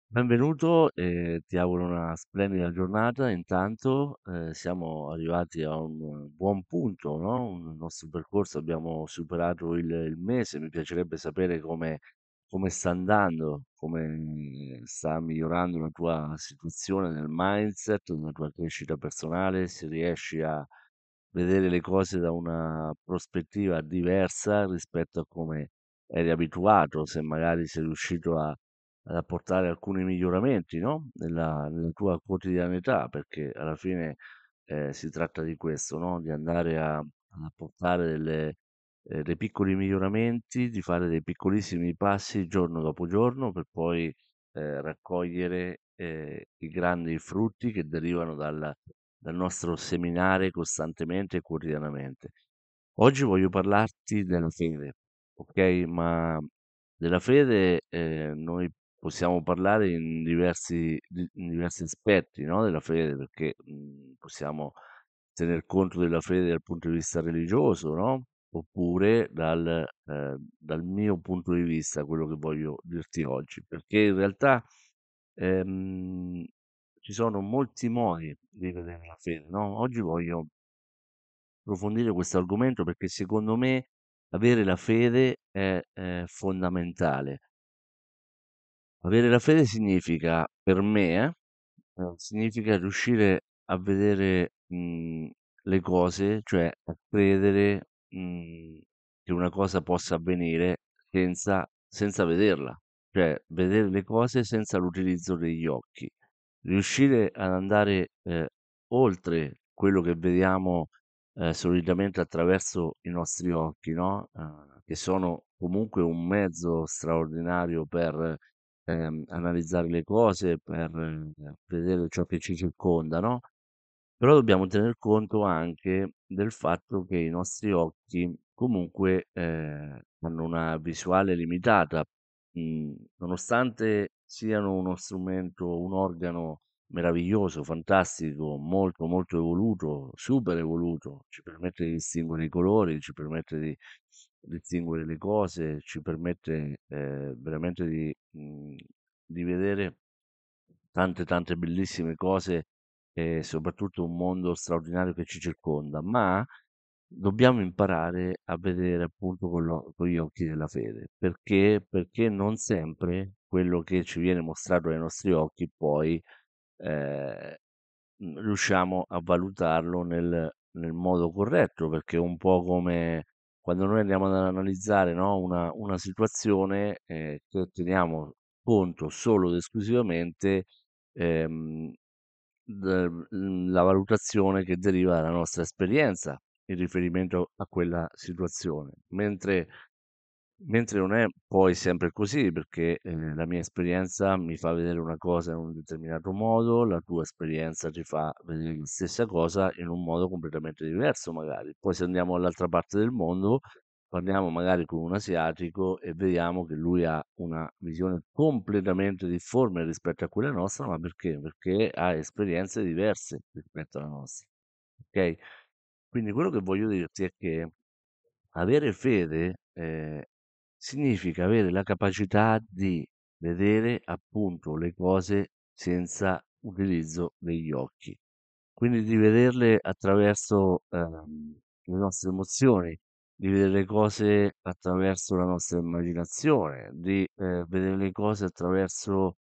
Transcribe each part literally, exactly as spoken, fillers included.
Benvenuto e ti auguro una splendida giornata. Intanto, ehm, siamo arrivati a un buon punto, no, nel nostro percorso abbiamo superato il il mese. Mi piacerebbe sapere come come sta andando, come sta migliorando la tua situazione nel mindset, nella tua crescita personale, se riesci a vedere le cose da una prospettiva diversa rispetto a come eri abituato, se magari sei riuscito a ad apportare alcuni miglioramenti, no, nella nella tua quotidianità, perché alla fine, ehm, si tratta di questo, no, di andare a ad apportare delle ehm, dei piccoli miglioramenti, di fare dei piccolissimi passi giorno dopo giorno per poi, ehm, raccogliere, ehm, i grandi frutti che derivano dal dal nostro seminare costantemente e quotidianamente. Oggi voglio parlarti della fede, okay, ma della fede, ehm, noi possiamo parlare in diversi di in diversi aspetti, no, della fede, perché, mhmm, possiamo tener conto della fede dal punto di vista religioso, no, oppure dal ehm, dal mio punto di vista, quello che voglio dirti oggi, perché in realtà, ehm, ci sono molti modi di vedere la fede, no, oggi voglio approfondire questo argomento perché secondo me avere la fede è, è fondamentale. Avere la fede significa, per me, eh, eh, significa riuscire a vedere mh, le cose, cioè a credere mh, che una cosa possa avvenire senza, senza vederla, cioè vedere le cose senza l'utilizzo degli occhi, riuscire ad andare eh, oltre quello che vediamo eh, solitamente attraverso i nostri occhi, no? Eh, che sono comunque un mezzo straordinario per ehm, analizzare le cose, per eh, vedere ciò che ci circonda, no? Però dobbiamo tener conto anche del fatto che i nostri occhi comunque eh, hanno una visuale limitata, mh, nonostante siano uno strumento, un organo meraviglioso, fantastico, molto molto evoluto, super evoluto, ci permette di distinguere i colori, ci permette di distinguere le cose, ci permette eh, veramente di, mh, di vedere tante tante bellissime cose e soprattutto un mondo straordinario che ci circonda, ma dobbiamo imparare a vedere appunto con, l'o- con gli occhi della fede, perché? Perché non sempre quello che ci viene mostrato ai nostri occhi poi eh, mh, riusciamo a valutarlo nel, nel modo corretto, perché è un po' come quando noi andiamo ad analizzare, no, una, una situazione eh, che teniamo conto solo ed esclusivamente ehm, d- mhmm, la valutazione che deriva dalla nostra esperienza in riferimento a quella situazione, mentre mentre non è poi sempre così, perché, ehm, la mia esperienza mi fa vedere una cosa in un determinato modo, la tua esperienza ti fa vedere la stessa cosa in un modo completamente diverso magari. Poi se andiamo dall'altra parte del mondo, parliamo magari con un asiatico e vediamo che lui ha una visione completamente difforme rispetto a quella nostra, ma perché? Perché ha esperienze diverse rispetto alla nostra, okay? Quindi quello che voglio dirti è che avere fede, ehm, significa avere la capacità di vedere appunto le cose senza utilizzo degli occhi. Quindi di vederle attraverso, ehm, le nostre emozioni, di vedere le cose attraverso la nostra immaginazione, di, ehm, vedere le cose attraverso,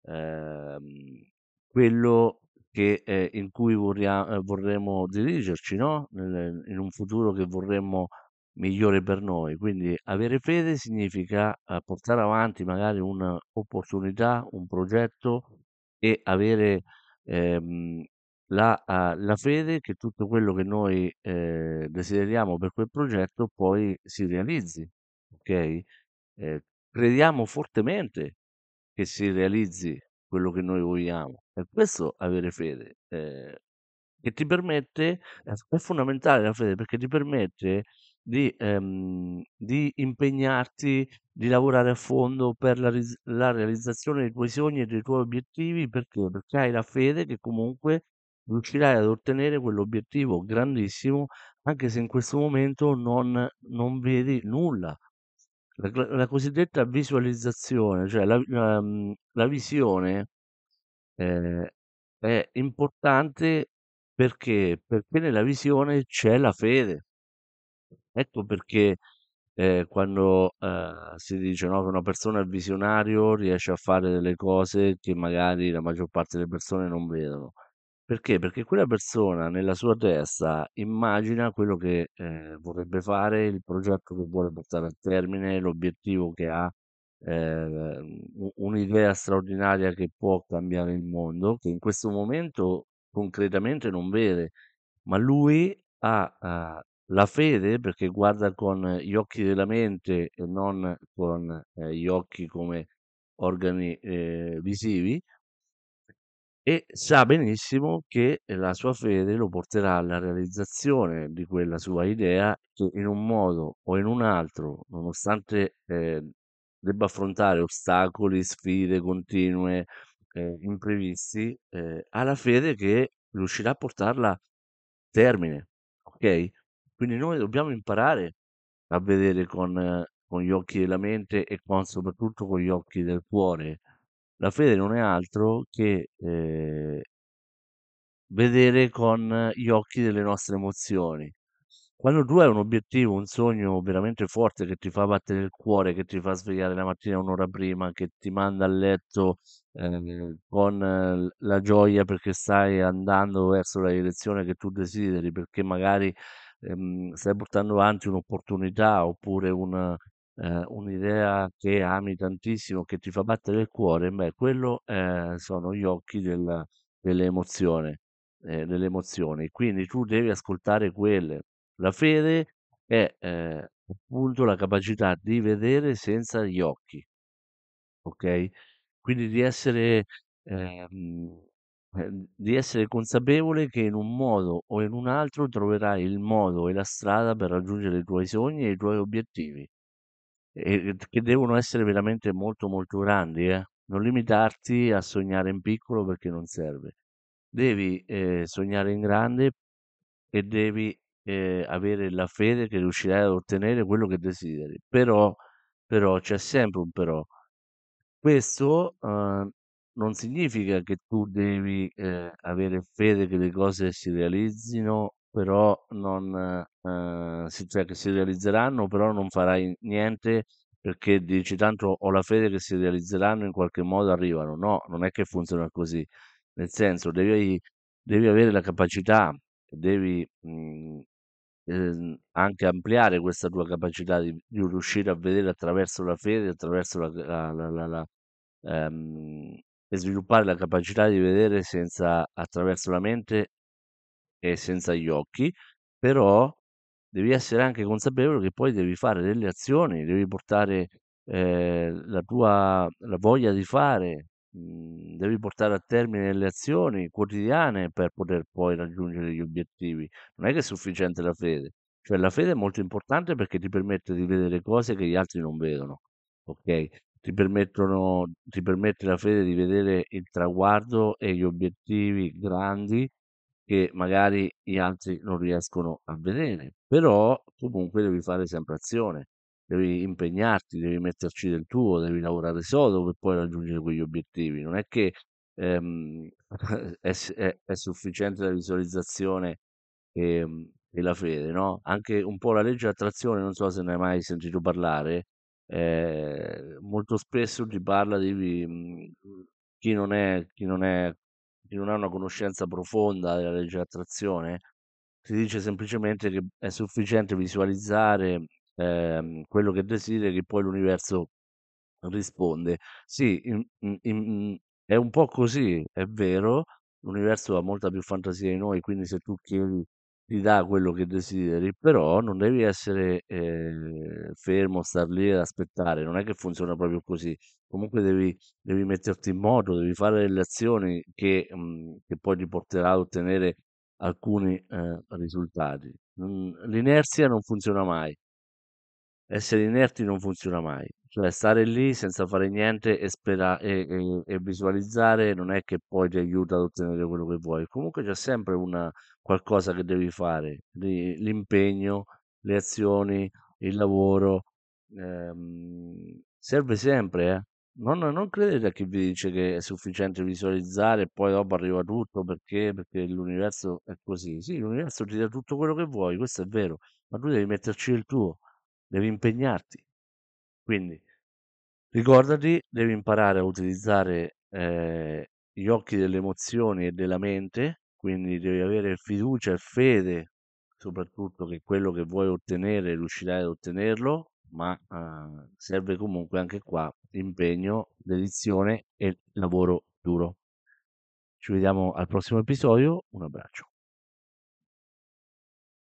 ehm, quello che ehm, in cui vorria ehm, vorremmo dirigerci, no, nel in un futuro che vorremmo migliore per noi. Quindi avere fede significa, uhm, portare avanti magari un'opportunità, un progetto e avere, ehm, la uhm, la fede che tutto quello che noi, ehm, desideriamo per quel progetto poi si realizzi, okay? Ehm, crediamo fortemente che si realizzi quello che noi vogliamo. E questo avere fede, ehm, che ti permette è f è fondamentale la fede, perché ti permette di ehm, di impegnarti, di lavorare a fondo per la ris la realizzazione dei tuoi sogni e dei tuoi obiettivi, perché? Perché hai la fede che comunque riuscirai ad ottenere quell'obiettivo grandissimo, anche se in questo momento non non vedi nulla. La cla la cosiddetta visualizzazione, cioè la la mhmm, la visione, ehm, è importante perché perché nella visione c'è la fede. Ecco perché, ehm, quando, ehm, si dice, no, che una persona è visionario, riesce a fare delle cose che magari la maggior parte delle persone non vedono. Perché? Perché quella persona nella sua testa immagina quello che, ehm, vorrebbe fare, il progetto che vuole portare a termine, l'obiettivo che ha, ehm, u un'idea straordinaria che può cambiare il mondo, che in questo momento concretamente non vede, ma lui ha, uhm, la fede perché guarda con gli occhi della mente e non con, ehm, gli occhi come organi, ehm, visivi e sa benissimo che la sua fede lo porterà alla realizzazione di quella sua idea che in un modo o in un altro, nonostante, ehm, debba affrontare ostacoli, sfide continue, ehm, imprevisti, ehm, ha la fede che riuscirà a portarla a termine, okay? Quindi noi dobbiamo imparare a vedere con eh, con gli occhi della mente e con soprattutto con gli occhi del cuore. La fede non è altro che, ehm vedere con gli occhi delle nostre emozioni. Quando tu hai un obiettivo, un sogno veramente forte che ti fa battere il cuore, che ti fa svegliare la mattina un' ora prima, che ti manda a letto, ehm, con l la gioia perché stai andando verso la direzione che tu desideri, perché magari, ehm, stai portando avanti un'opportunità oppure un ehm, un'idea che ami tantissimo, che ti fa battere il cuore, beh quello, ehm, sono gli occhi del dell'emozione ehm, delle emozioni, quindi tu devi ascoltare quelle. La fede è, ehm, appunto la capacità di vedere senza gli occhi, okay, quindi di essere ehm, ehm, di essere consapevole che in un modo o in un altro troverai il modo e la strada per raggiungere i tuoi sogni e i tuoi obiettivi, e t che devono essere veramente molto, molto grandi, eh. Non limitarti a sognare in piccolo perché non serve. Devi, ehm, sognare in grande e devi, ehm, avere la fede che riuscirai ad ottenere quello che desideri. Però però c'è sempre un però. Questo, uhm, non significa che tu devi, ehm, avere fede che le cose si realizzino, però non ehm, si cioè che si realizzeranno, però non farai niente perché dici: "Tanto ho la fede che si realizzeranno, in qualche modo arrivano." No, non è che funziona così. Nel senso, devi devi avere la capacità, devi, mhmm ehm, anche ampliare questa tua capacità di di riuscire a vedere attraverso la fede, attraverso la la la la la ehm, e sviluppare la capacità di vedere senza attraverso la mente e senza gli occhi, però devi essere anche consapevole che poi devi fare delle azioni, devi portare, ehm, la tua la voglia di fare, mhmm, devi portare a termine delle azioni quotidiane per poter poi raggiungere gli obiettivi. Non è che è sufficiente la fede, cioè la fede è molto importante perché ti permette di vedere cose che gli altri non vedono, okay, ti permettono ti permette la fede di vedere il traguardo e gli obiettivi grandi che magari gli altri non riescono a vedere, però comunque devi fare sempre azione, devi impegnarti, devi metterci del tuo, devi lavorare sodo per poi raggiungere quegli obiettivi. Non è che, ehm, è s è è sufficiente la visualizzazione, ehm, e la fede, no, anche un po' la legge d'attrazione, non so se ne hai mai sentito parlare, ehm, molto spesso ti parla di vi mhmm, chi non è chi non è chi non ha una conoscenza profonda della legge d'attrazione, ti dice semplicemente che è sufficiente visualizzare, ehm, quello che desideri che poi l'universo risponde. Sì, in in in è un po' così, è vero, l'universo ha molta più fantasia di noi, quindi se tu chiedi ti dà quello che desideri, però non devi essere, ehm, fermo, star lì ad aspettare, non è che funziona proprio così. Comunque devi devi metterti in moto, devi fare delle azioni che mhmm, che poi ti porterà ad ottenere alcuni, ehm, risultati. Mhmm, l'inerzia non funziona mai. Essere inerti non funziona mai, cioè stare lì senza fare niente e spera e e e visualizzare non è che poi ti aiuta ad ottenere quello che vuoi. Comunque c'è sempre una qualcosa che devi fare, l'i l'impegno, le azioni, il lavoro. ehm, serve sempre, eh. Non non credete a chi vi dice che è sufficiente visualizzare e poi dopo arriva tutto perché perché l'universo è così. Sì, l'universo ti dà tutto quello che vuoi, questo è vero, ma tu devi metterci il tuo, devi impegnarti. Quindi ricordati, devi imparare a utilizzare, ehm, gli occhi delle emozioni e della mente, quindi devi avere fiducia e fede, soprattutto che quello che vuoi ottenere riuscirai ad ottenerlo, ma, uhm, serve comunque anche qua impegno, dedizione e lavoro duro. Ci vediamo al prossimo episodio, un abbraccio.